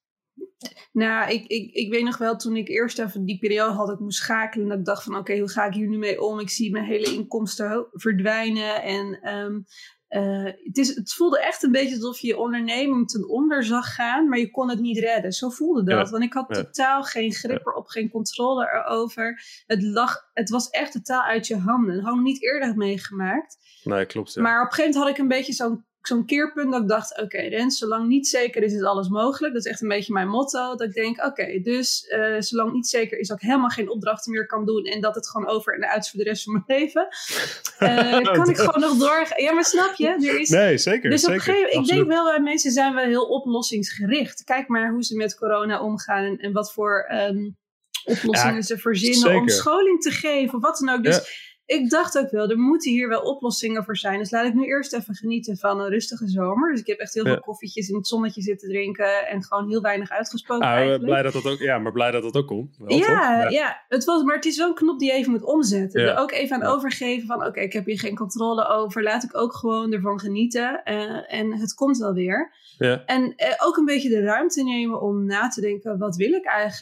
Nou, ik, ik, ik weet nog wel toen ik eerst even die periode had, dat ik moest schakelen. Dat ik dacht van oké, okay, hoe ga ik hier nu mee om? Ik zie mijn hele inkomsten verdwijnen. En um, uh, het, is, het voelde echt een beetje alsof je je onderneming ten onder zag gaan. Maar je kon het niet redden. Zo voelde dat. Ja. Want ik had ja. totaal geen grip erop, geen controle erover. Het, lag, het was echt totaal uit je handen. Dat had ik niet eerder meegemaakt. Nee, klopt. Ja. Maar op een gegeven moment had ik een beetje zo'n zo'n keerpunt dat ik dacht, oké, okay, Rens, zolang niet zeker is, is alles mogelijk. Dat is echt een beetje mijn motto. Dat ik denk, oké, okay, dus uh, zolang niet zeker is, dat ik helemaal geen opdrachten meer kan doen en dat het gewoon over en uit is voor de rest van mijn leven. Uh, kan ik gewoon nog doorgaan. Ja, maar snap je? Er is... Nee, zeker. Dus op zeker, een gegeven moment, ik denk wel, bij mensen zijn wel heel oplossingsgericht. Kijk maar hoe ze met corona omgaan en, en wat voor um, oplossingen ja, ze verzinnen zeker. Om scholing te geven of wat dan ook. Dus ja. Ik dacht ook wel, er moeten hier wel oplossingen voor zijn. Dus laat ik nu eerst even genieten van een rustige zomer. Dus ik heb echt heel ja. veel koffietjes in het zonnetje zitten drinken. En gewoon heel weinig uitgesproken ah, eigenlijk. Blij dat dat ook, ja, maar blij dat dat ook kon. Wel, ja, ja. ja het was, maar het is wel een knop die je even moet omzetten. Ja. Er ook even aan ja. overgeven van oké, okay, ik heb hier geen controle over. Laat ik ook gewoon ervan genieten. Uh, en het komt wel weer. Ja. En uh, ook een beetje de ruimte nemen om na te denken, wat wil ik eigenlijk?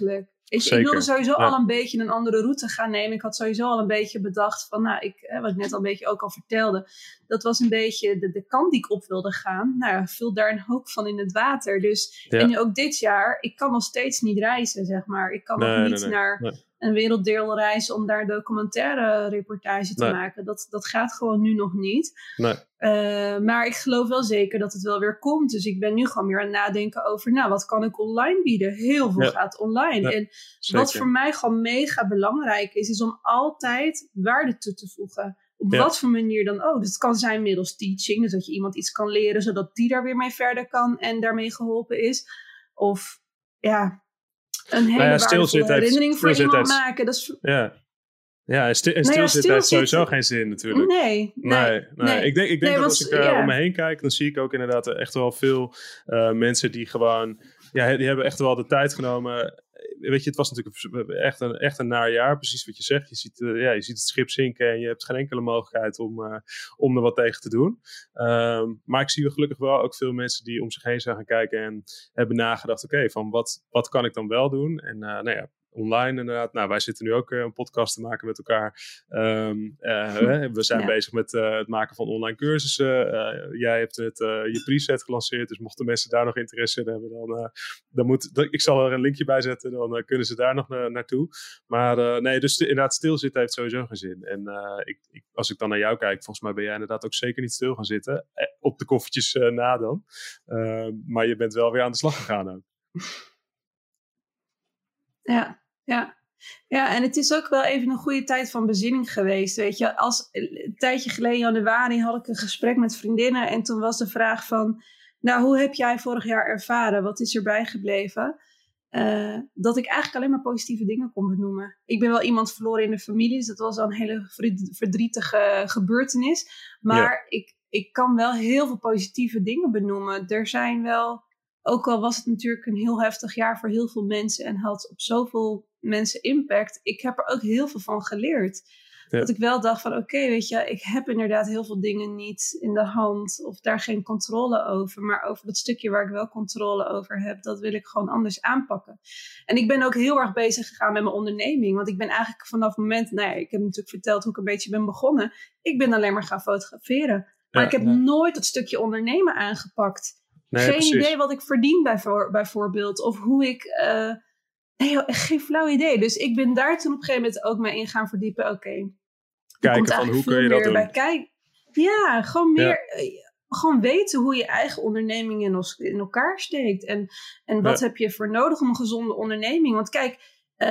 Ik, ik wilde sowieso ja. al een beetje een andere route gaan nemen. Ik had sowieso al een beetje bedacht van, nou, ik, hè, wat ik net al een beetje ook al vertelde. Dat was een beetje de, de kant die ik op wilde gaan. Nou ja, viel daar een hoop van in het water. Dus, ja. en nu ook dit jaar, ik kan nog steeds niet reizen, zeg maar. Ik kan nee, nog niet nee, nee, naar nee. een werelddeel reizen om daar een documentaire reportage te nee. maken. Dat, dat gaat gewoon nu nog niet. Nee. Uh, maar ik geloof wel zeker dat het wel weer komt. Dus ik ben nu gewoon weer aan het nadenken over, nou, wat kan ik online bieden? Heel veel ja. gaat online. Ja, en zeker. Wat voor mij gewoon mega belangrijk is, is om altijd waarde toe te voegen. Op ja. wat voor manier dan ook. Dus het kan zijn middels teaching, dus dat je iemand iets kan leren, zodat die daar weer mee verder kan en daarmee geholpen is. Of ja, een hele nou ja, waardevolle herinnering voor iemand heeft, maken. Dat is, ja. Ja, en, sti- en stilzitten nou ja, heeft sowieso geen zin natuurlijk. Nee, nee. nee, nee. nee. Ik denk, ik denk nee, dat als ik uh, ja. om me heen kijk, dan zie ik ook inderdaad echt wel veel uh, mensen die gewoon, ja, die hebben echt wel de tijd genomen. Weet je, het was natuurlijk echt een, echt een naar jaar, precies wat je zegt. Je ziet, uh, ja, je ziet het schip zinken en je hebt geen enkele mogelijkheid om, uh, om er wat tegen te doen. Um, maar ik zie gelukkig wel ook veel mensen die om zich heen zijn gaan kijken en hebben nagedacht, oké, okay, van wat, wat kan ik dan wel doen? En uh, nou ja, online inderdaad. Nou, wij zitten nu ook uh, een podcast te maken met elkaar. Um, uh, we zijn ja. bezig met uh, het maken van online cursussen. Uh, jij hebt het, uh, je preset gelanceerd. Dus mochten mensen daar nog interesse in hebben, dan, uh, dan moet... Dan, ik zal er een linkje bij zetten. Dan uh, kunnen ze daar nog na, naartoe. Maar uh, nee, dus inderdaad stilzitten heeft sowieso geen zin. En uh, ik, ik, als ik dan naar jou kijk, volgens mij ben jij inderdaad ook zeker niet stil gaan zitten. Eh, op de koffertjes uh, na dan. Uh, maar je bent wel weer aan de slag gegaan ook. Ja, ja. Ja, en het is ook wel even een goede tijd van bezinning geweest, weet je. Als, een tijdje geleden, januari, had ik een gesprek met vriendinnen en toen was de vraag van, nou, hoe heb jij vorig jaar ervaren? Wat is er bijgebleven? Uh, dat ik eigenlijk alleen maar positieve dingen kon benoemen. Ik ben wel iemand verloren in de familie, dus dat was al een hele verdrietige gebeurtenis. Maar ja. ik, ik kan wel heel veel positieve dingen benoemen. Er zijn wel... Ook al was het natuurlijk een heel heftig jaar voor heel veel mensen en had op zoveel mensen impact. Ik heb er ook heel veel van geleerd. Ja. Dat ik wel dacht van oké, okay, weet je, ik heb inderdaad heel veel dingen niet in de hand of daar geen controle over. Maar over dat stukje waar ik wel controle over heb, dat wil ik gewoon anders aanpakken. En ik ben ook heel erg bezig gegaan met mijn onderneming. Want ik ben eigenlijk vanaf het moment, nou ja, ik heb natuurlijk verteld hoe ik een beetje ben begonnen. Ik ben alleen maar gaan fotograferen. Maar ja, ik heb ja. nooit dat stukje ondernemen aangepakt. Nee, geen precies. idee wat ik verdien bijvoor, bijvoorbeeld. Of hoe ik... Uh, nee, geen flauw idee. Dus ik ben daar toen op een gegeven moment ook mee in gaan verdiepen. Oké. Okay, kijken van hoe kun je dat doen. Bij kijk, ja, gewoon meer... Ja. Uh, gewoon weten hoe je eigen onderneming in, os, in elkaar steekt. En, en wat ja. heb je voor nodig om een gezonde onderneming. Want kijk,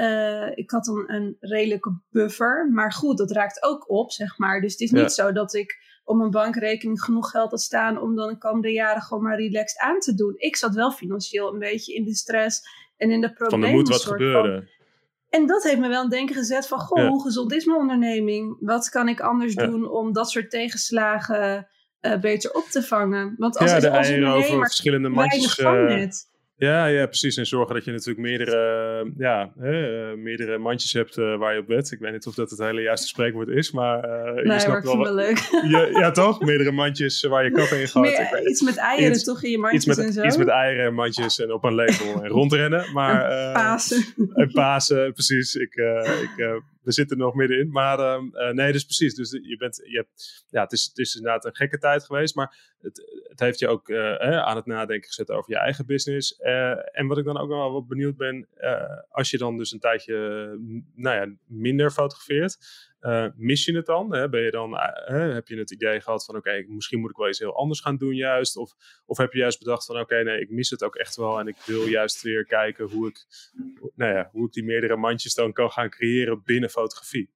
uh, ik had een, een redelijke buffer. Maar goed, dat raakt ook op, zeg maar. Dus het is niet ja. zo dat ik... op mijn bankrekening genoeg geld had staan om dan de komende jaren gewoon maar relaxed aan te doen. Ik zat wel financieel een beetje in de stress en in de problemen. Van er moet wat gebeuren. Van. En dat heeft me wel aan het denken gezet van, goh, ja. hoe gezond is mijn onderneming? Wat kan ik anders ja. doen om dat soort tegenslagen uh, beter op te vangen? Want als ja, ik de als eieren over verschillende mandjes. Uh, ja, ja, precies. En zorgen dat je natuurlijk meerdere, uh, ja, uh, meerdere mandjes hebt uh, waar je op bent. Ik weet niet of dat het hele juiste spreekwoord is, maar uh, nee, je snapt wel. Wel leuk. Ja, ja, toch? Meerdere mandjes waar je kappen in gaat. Meer, iets met eieren iets, toch in je mandjes iets met, en zo? Iets met eieren en mandjes en op een label en rondrennen. Maar, uh, Pasen. En Pasen, precies. Ik, uh, ik, uh, we zitten er nog middenin. Maar uh, uh, nee, dus precies. Dus je bent, je hebt, ja, het, is, het is inderdaad een gekke tijd geweest, maar het, het heeft je ook uh, eh, aan het nadenken gezet over je eigen business. Uh, en wat ik dan ook nog wel wat benieuwd ben, uh, als je dan dus een tijdje uh, nou ja, minder fotografeert, uh, mis je het dan? Hè? Ben je dan uh, heb je het idee gehad van oké, okay, misschien moet ik wel iets heel anders gaan doen juist? Of, of heb je juist bedacht van oké, okay, nee, ik mis het ook echt wel en ik wil juist weer kijken hoe ik, nou ja, hoe ik die meerdere mandjes dan kan gaan creëren binnen fotografie?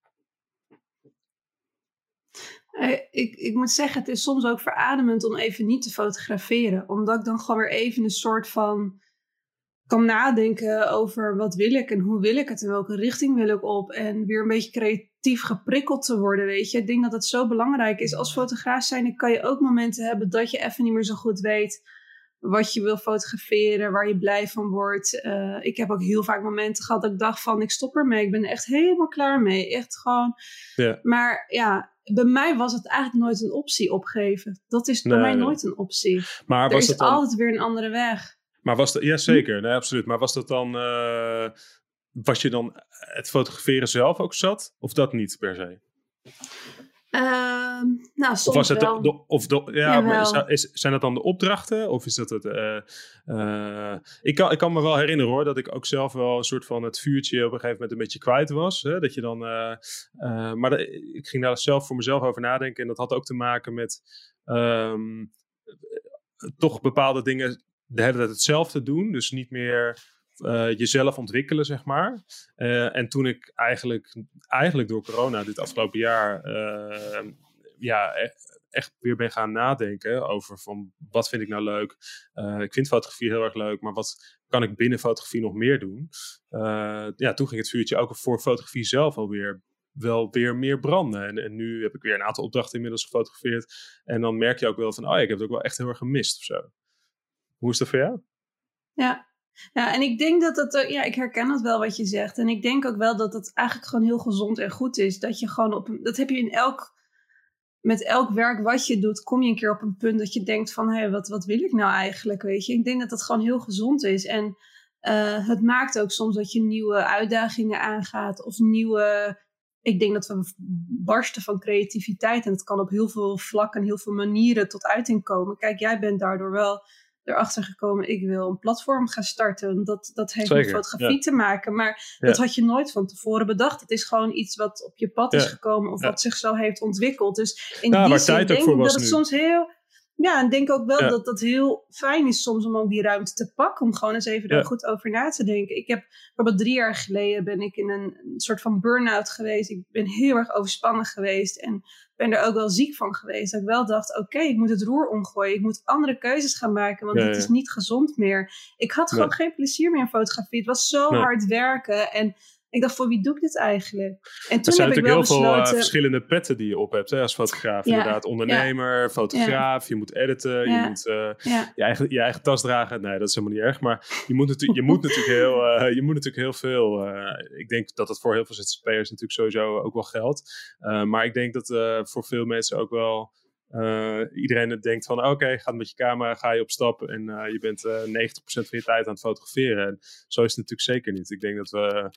Uh, ik, ik moet zeggen, het is soms ook verademend om even niet te fotograferen. Omdat ik dan gewoon weer even een soort van kan nadenken over wat wil ik en hoe wil ik het en welke richting wil ik op. En weer een beetje creatief geprikkeld te worden, weet je. Ik denk dat het zo belangrijk is. Als fotograaf zijn, kan je ook momenten hebben dat je even niet meer zo goed weet wat je wil fotograferen, waar je blij van wordt. Uh, ik heb ook heel vaak momenten gehad dat ik dacht van, ik stop ermee. Ik ben er echt helemaal klaar mee. Echt gewoon. Ja. Maar ja, bij mij was het eigenlijk nooit een optie opgeven. Dat is nee, bij mij nee. nooit een optie. Maar er was is het dan altijd weer een andere weg. Maar was dat, ja zeker, nee, absoluut. Maar was dat dan, uh, was je dan het fotograferen zelf ook zat? Of dat niet per se? Uh, nou, soms of was het wel. De, de, of de, ja, maar is, zijn dat dan de opdrachten? Of is dat het... Uh, uh, ik, kan, ik kan me wel herinneren hoor, dat ik ook zelf wel een soort van het vuurtje op een gegeven moment een beetje kwijt was. Hè? Dat je dan... Uh, uh, maar de, ik ging daar zelf voor mezelf over nadenken. En dat had ook te maken met... Um, toch bepaalde dingen de hele tijd hetzelfde doen. Dus niet meer... Uh, jezelf ontwikkelen, zeg maar. Uh, en toen ik eigenlijk, eigenlijk door corona dit afgelopen jaar uh, ja, echt, echt weer ben gaan nadenken over van wat vind ik nou leuk. Uh, ik vind fotografie heel erg leuk, maar wat kan ik binnen fotografie nog meer doen? Uh, ja, toen ging het vuurtje ook voor fotografie zelf alweer wel weer meer branden. En, en nu heb ik weer een aantal opdrachten inmiddels gefotografeerd. En dan merk je ook wel van, oh ja, ik heb het ook wel echt heel erg gemist of zo. Hoe is dat voor jou? Ja. Ja, en ik denk dat het, ja, ik herken dat wel wat je zegt. En ik denk ook wel dat het eigenlijk gewoon heel gezond en goed is. Dat je gewoon op, dat heb je in elk, met elk werk wat je doet, kom je een keer op een punt dat je denkt van, hé, hey, wat, wat wil ik nou eigenlijk, weet je? Ik denk dat dat gewoon heel gezond is. En uh, het maakt ook soms dat je nieuwe uitdagingen aangaat of nieuwe... Ik denk dat we barsten van creativiteit en het kan op heel veel vlakken, heel veel manieren tot uiting komen. Kijk, jij bent daardoor wel... erachter gekomen, ik wil een platform gaan starten. Dat, dat heeft Zeker, met fotografie ja. te maken. Maar ja. dat had je nooit van tevoren bedacht. Het is gewoon iets wat op je pad is ja. gekomen of ja. wat zich zo heeft ontwikkeld. Dus in ja, die waar zin tijd denk ook voor ik was dat het nu. soms heel... Ja, en denk ook wel ja. dat dat heel fijn is soms om ook die ruimte te pakken. Om gewoon eens even ja. daar goed over na te denken. Ik heb bijvoorbeeld drie jaar geleden ben ik in een, een soort van burn-out geweest. Ik ben heel erg overspannen geweest. En ben er ook wel ziek van geweest. Dat ik wel dacht, oké, okay, ik moet het roer omgooien. Ik moet andere keuzes gaan maken. Want ja, dit ja. is niet gezond meer. Ik had gewoon nee. geen plezier meer in fotografie. Het was zo nee. hard werken. En ik dacht, voor wie doe ik dit eigenlijk? En toen er zijn heb ik natuurlijk wel heel besloten... veel uh, verschillende petten die je op hebt hè, als fotograaf. Ja. Inderdaad, ondernemer, ja. fotograaf, ja. je moet editen, ja. je moet uh, ja. je, eigen, je eigen tas dragen. Nee, dat is helemaal niet erg. Maar je moet, natu- je moet, natuurlijk, heel, uh, je moet natuurlijk heel veel... Uh, ik denk dat het voor heel veel Z Z P'ers natuurlijk sowieso ook wel geldt. Uh, maar ik denk dat uh, voor veel mensen ook wel... Uh, iedereen denkt van oké, okay, ga met je camera, ga je op stap en uh, je bent uh, negentig procent van je tijd aan het fotograferen. En zo is het natuurlijk zeker niet. Ik denk dat we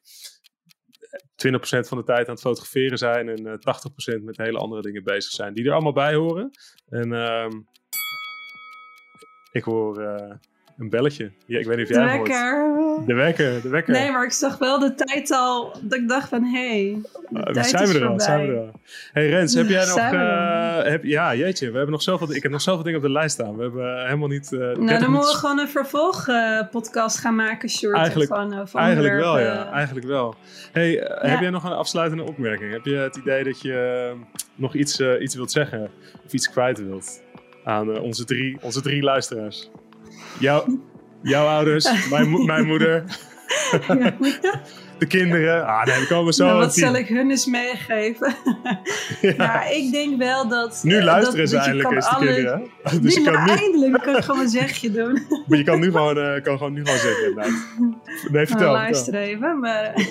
twintig procent van de tijd aan het fotograferen zijn en uh, tachtig procent met hele andere dingen bezig zijn, die er allemaal bij horen. En uh, ik hoor uh, een belletje. Ja, ik weet niet of jij hem hoort. De wekker. De wekker. Nee, maar ik zag wel de tijd al, dat ik dacht van, hé, hey, de uh, tijd zijn is we er al, voorbij. zijn we er al. Hey Rens, heb jij nog... Uh, heb, ja, jeetje, we hebben nog zoveel, ik heb nog zoveel dingen op de lijst staan. We hebben uh, helemaal niet... Uh, nou, dan moeten we gewoon een vervolgpodcast uh, gaan maken, Sjoerd. Eigenlijk, gewoon, uh, eigenlijk wel, ja. Eigenlijk wel. Hey, uh, ja. Heb jij nog een afsluitende opmerking? Heb je het idee dat je uh, nog iets, uh, iets wilt zeggen? Of iets kwijt wilt aan uh, onze, drie, onze drie luisteraars? Jou... Jouw ouders, mijn, mo- mijn moeder, ja. de kinderen. Ah, nee, we komen zo. Nou, wat zal ik hun eens meegeven? ja. Nou, ik denk wel dat... Nu luisteren dat, ze dat eindelijk eens alle... de kinderen. Dus nu, je kan maar nu... eindelijk kan ik gewoon een zegje doen. maar je kan nu gewoon, uh, kan gewoon, nu gewoon zeggen. Inderdaad. Nee, vertel. Nou, luister vertel. even. Maar...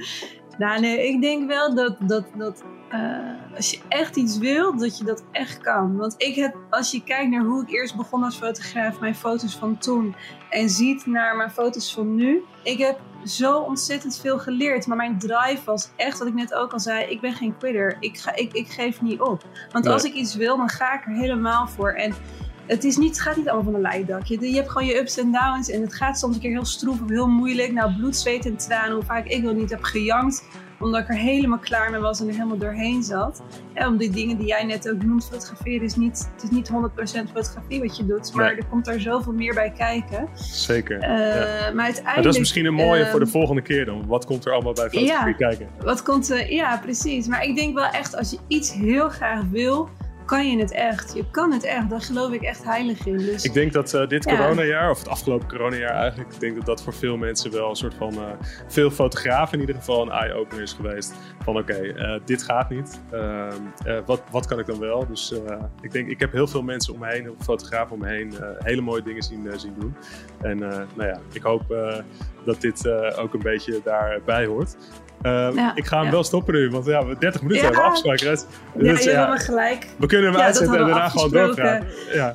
nou, nee, ik denk wel dat... dat, dat uh, als je echt iets wil, dat je dat echt kan. Want ik heb, als je kijkt naar hoe ik eerst begon als fotograaf, mijn foto's van toen, en ziet naar mijn foto's van nu, ik heb zo ontzettend veel geleerd. Maar mijn drive was echt, wat ik net ook al zei, ik ben geen quitter. Ik, ga, ik, ik geef niet op. Want nee. als ik iets wil, dan ga ik er helemaal voor. En het, is niet, het gaat niet allemaal van een leien dakje. Je, je hebt gewoon je ups en downs. En het gaat soms een keer heel stroef of heel moeilijk. Nou, bloed, zweet en tranen. Hoe vaak ik wel niet heb gejankt. Omdat ik er helemaal klaar mee was en er helemaal doorheen zat. En om die dingen die jij net ook noemt, fotograferen is niet, het is niet honderd procent fotografie wat je doet. Maar nee. er komt er zoveel meer bij kijken. Zeker. Uh, ja. Maar uiteindelijk... Maar dat is misschien een mooie uh, voor de volgende keer dan. Wat komt er allemaal bij fotografie ja, kijken? Wat komt er, ja, precies. Maar ik denk wel echt, als je iets heel graag wil, kan je het echt. Je kan het echt. Daar geloof ik echt heilig in. Dus, ik denk dat uh, dit ja. coronajaar, of het afgelopen coronajaar eigenlijk, ik denk dat dat voor veel mensen wel een soort van, uh, veel fotografen in ieder geval een eye-opener is geweest. Van oké, okay, uh, dit gaat niet. Uh, uh, wat, wat kan ik dan wel? Dus uh, ik denk, ik heb heel veel mensen om me heen, heel veel fotografen om me heen, uh, hele mooie dingen zien, uh, zien doen. En uh, nou ja, ik hoop uh, dat dit uh, ook een beetje daarbij hoort. Uh, ja, ik ga hem ja. wel stoppen nu, want ja, we dertig minuten ja. hebben afgesproken. Dus, ja, je ja, hebt gelijk. We kunnen hem ja, uitzetten en daarna gewoon doorgaan. Ja.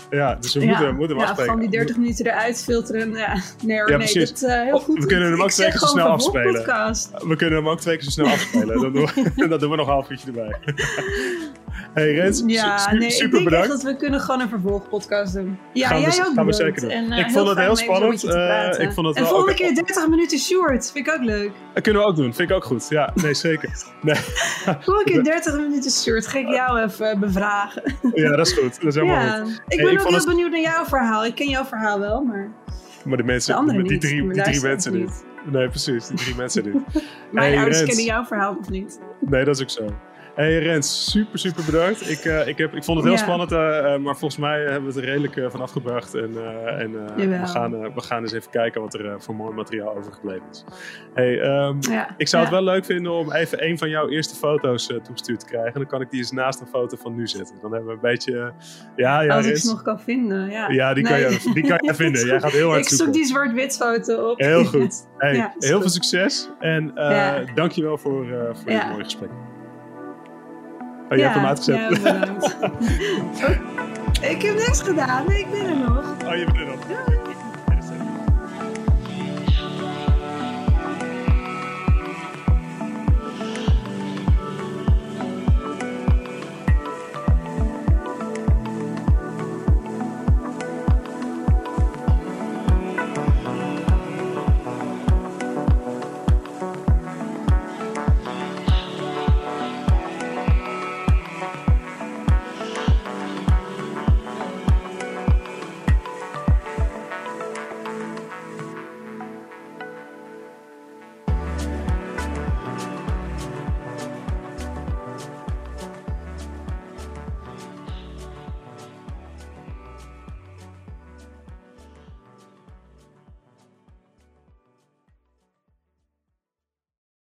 Ja, dus we ja. moeten, moeten hem ja, afspreken. Van die dertig minuten eruit filteren. Ja, nee hoor, ja, nee. Dat, uh, heel goed. We kunnen hem ook twee keer zo snel afspelen. Podcast. We kunnen hem ook twee keer zo snel afspelen. Dat doen we, dat doen we nog een half uurtje erbij. Hey Rens, ja, su- nee, super ik denk bedankt. echt dat we kunnen gewoon een vervolgpodcast doen. Ja, gaan jij we, ook gaan we zeker doen. En, uh, ik vond het heel spannend. Uh, ik vond het en wel volgende ook, keer dertig minuten short. Vind ik ook leuk. Dat kunnen we ook doen. Vind ik ook goed. Ja, nee, zeker. Nee. Volgende keer dertig minuten short. Ga ik jou even bevragen. Ja, dat is goed. Dat is helemaal ja. goed. Ik ben hey, ook ik heel het... benieuwd naar jouw verhaal. Ik ken jouw verhaal wel, maar... Maar de mensen, de die, niet, drie, die drie mensen niet. niet. Nee, precies. Die drie mensen niet. Mijn hey, ouders Rens. kennen jouw verhaal nog niet. Nee, dat is ook zo. Hey Rens, super, super bedankt. Ik, uh, ik, heb, ik vond het heel ja. spannend, uh, uh, maar volgens mij hebben we het er redelijk uh, van afgebracht. En, uh, en uh, we, gaan, uh, we gaan eens even kijken wat er uh, voor mooi materiaal overgebleven is. Hey, um, ja. Ik zou ja. het wel leuk vinden om even een van jouw eerste foto's uh, toegestuurd te krijgen. Dan kan ik die eens naast een foto van nu zetten. Dan hebben we een beetje... Uh, ja, ja, Als Rens. ik ze nog kan vinden, ja. Ja, die, nee. kan, je, die kan je vinden. Jij gaat heel hard ik zoeken. Ik zoek die zwart-wit foto op. Heel goed. Hey, ja, heel goed. veel succes. En uh, ja. dankjewel voor, uh, voor ja. dit mooie gesprek. Oh, je ja, hebt hem uitgezet. Ja, bedankt. Ik heb niks gedaan. Nee, ik ben er nog. Oh, je bent er nog. Ja.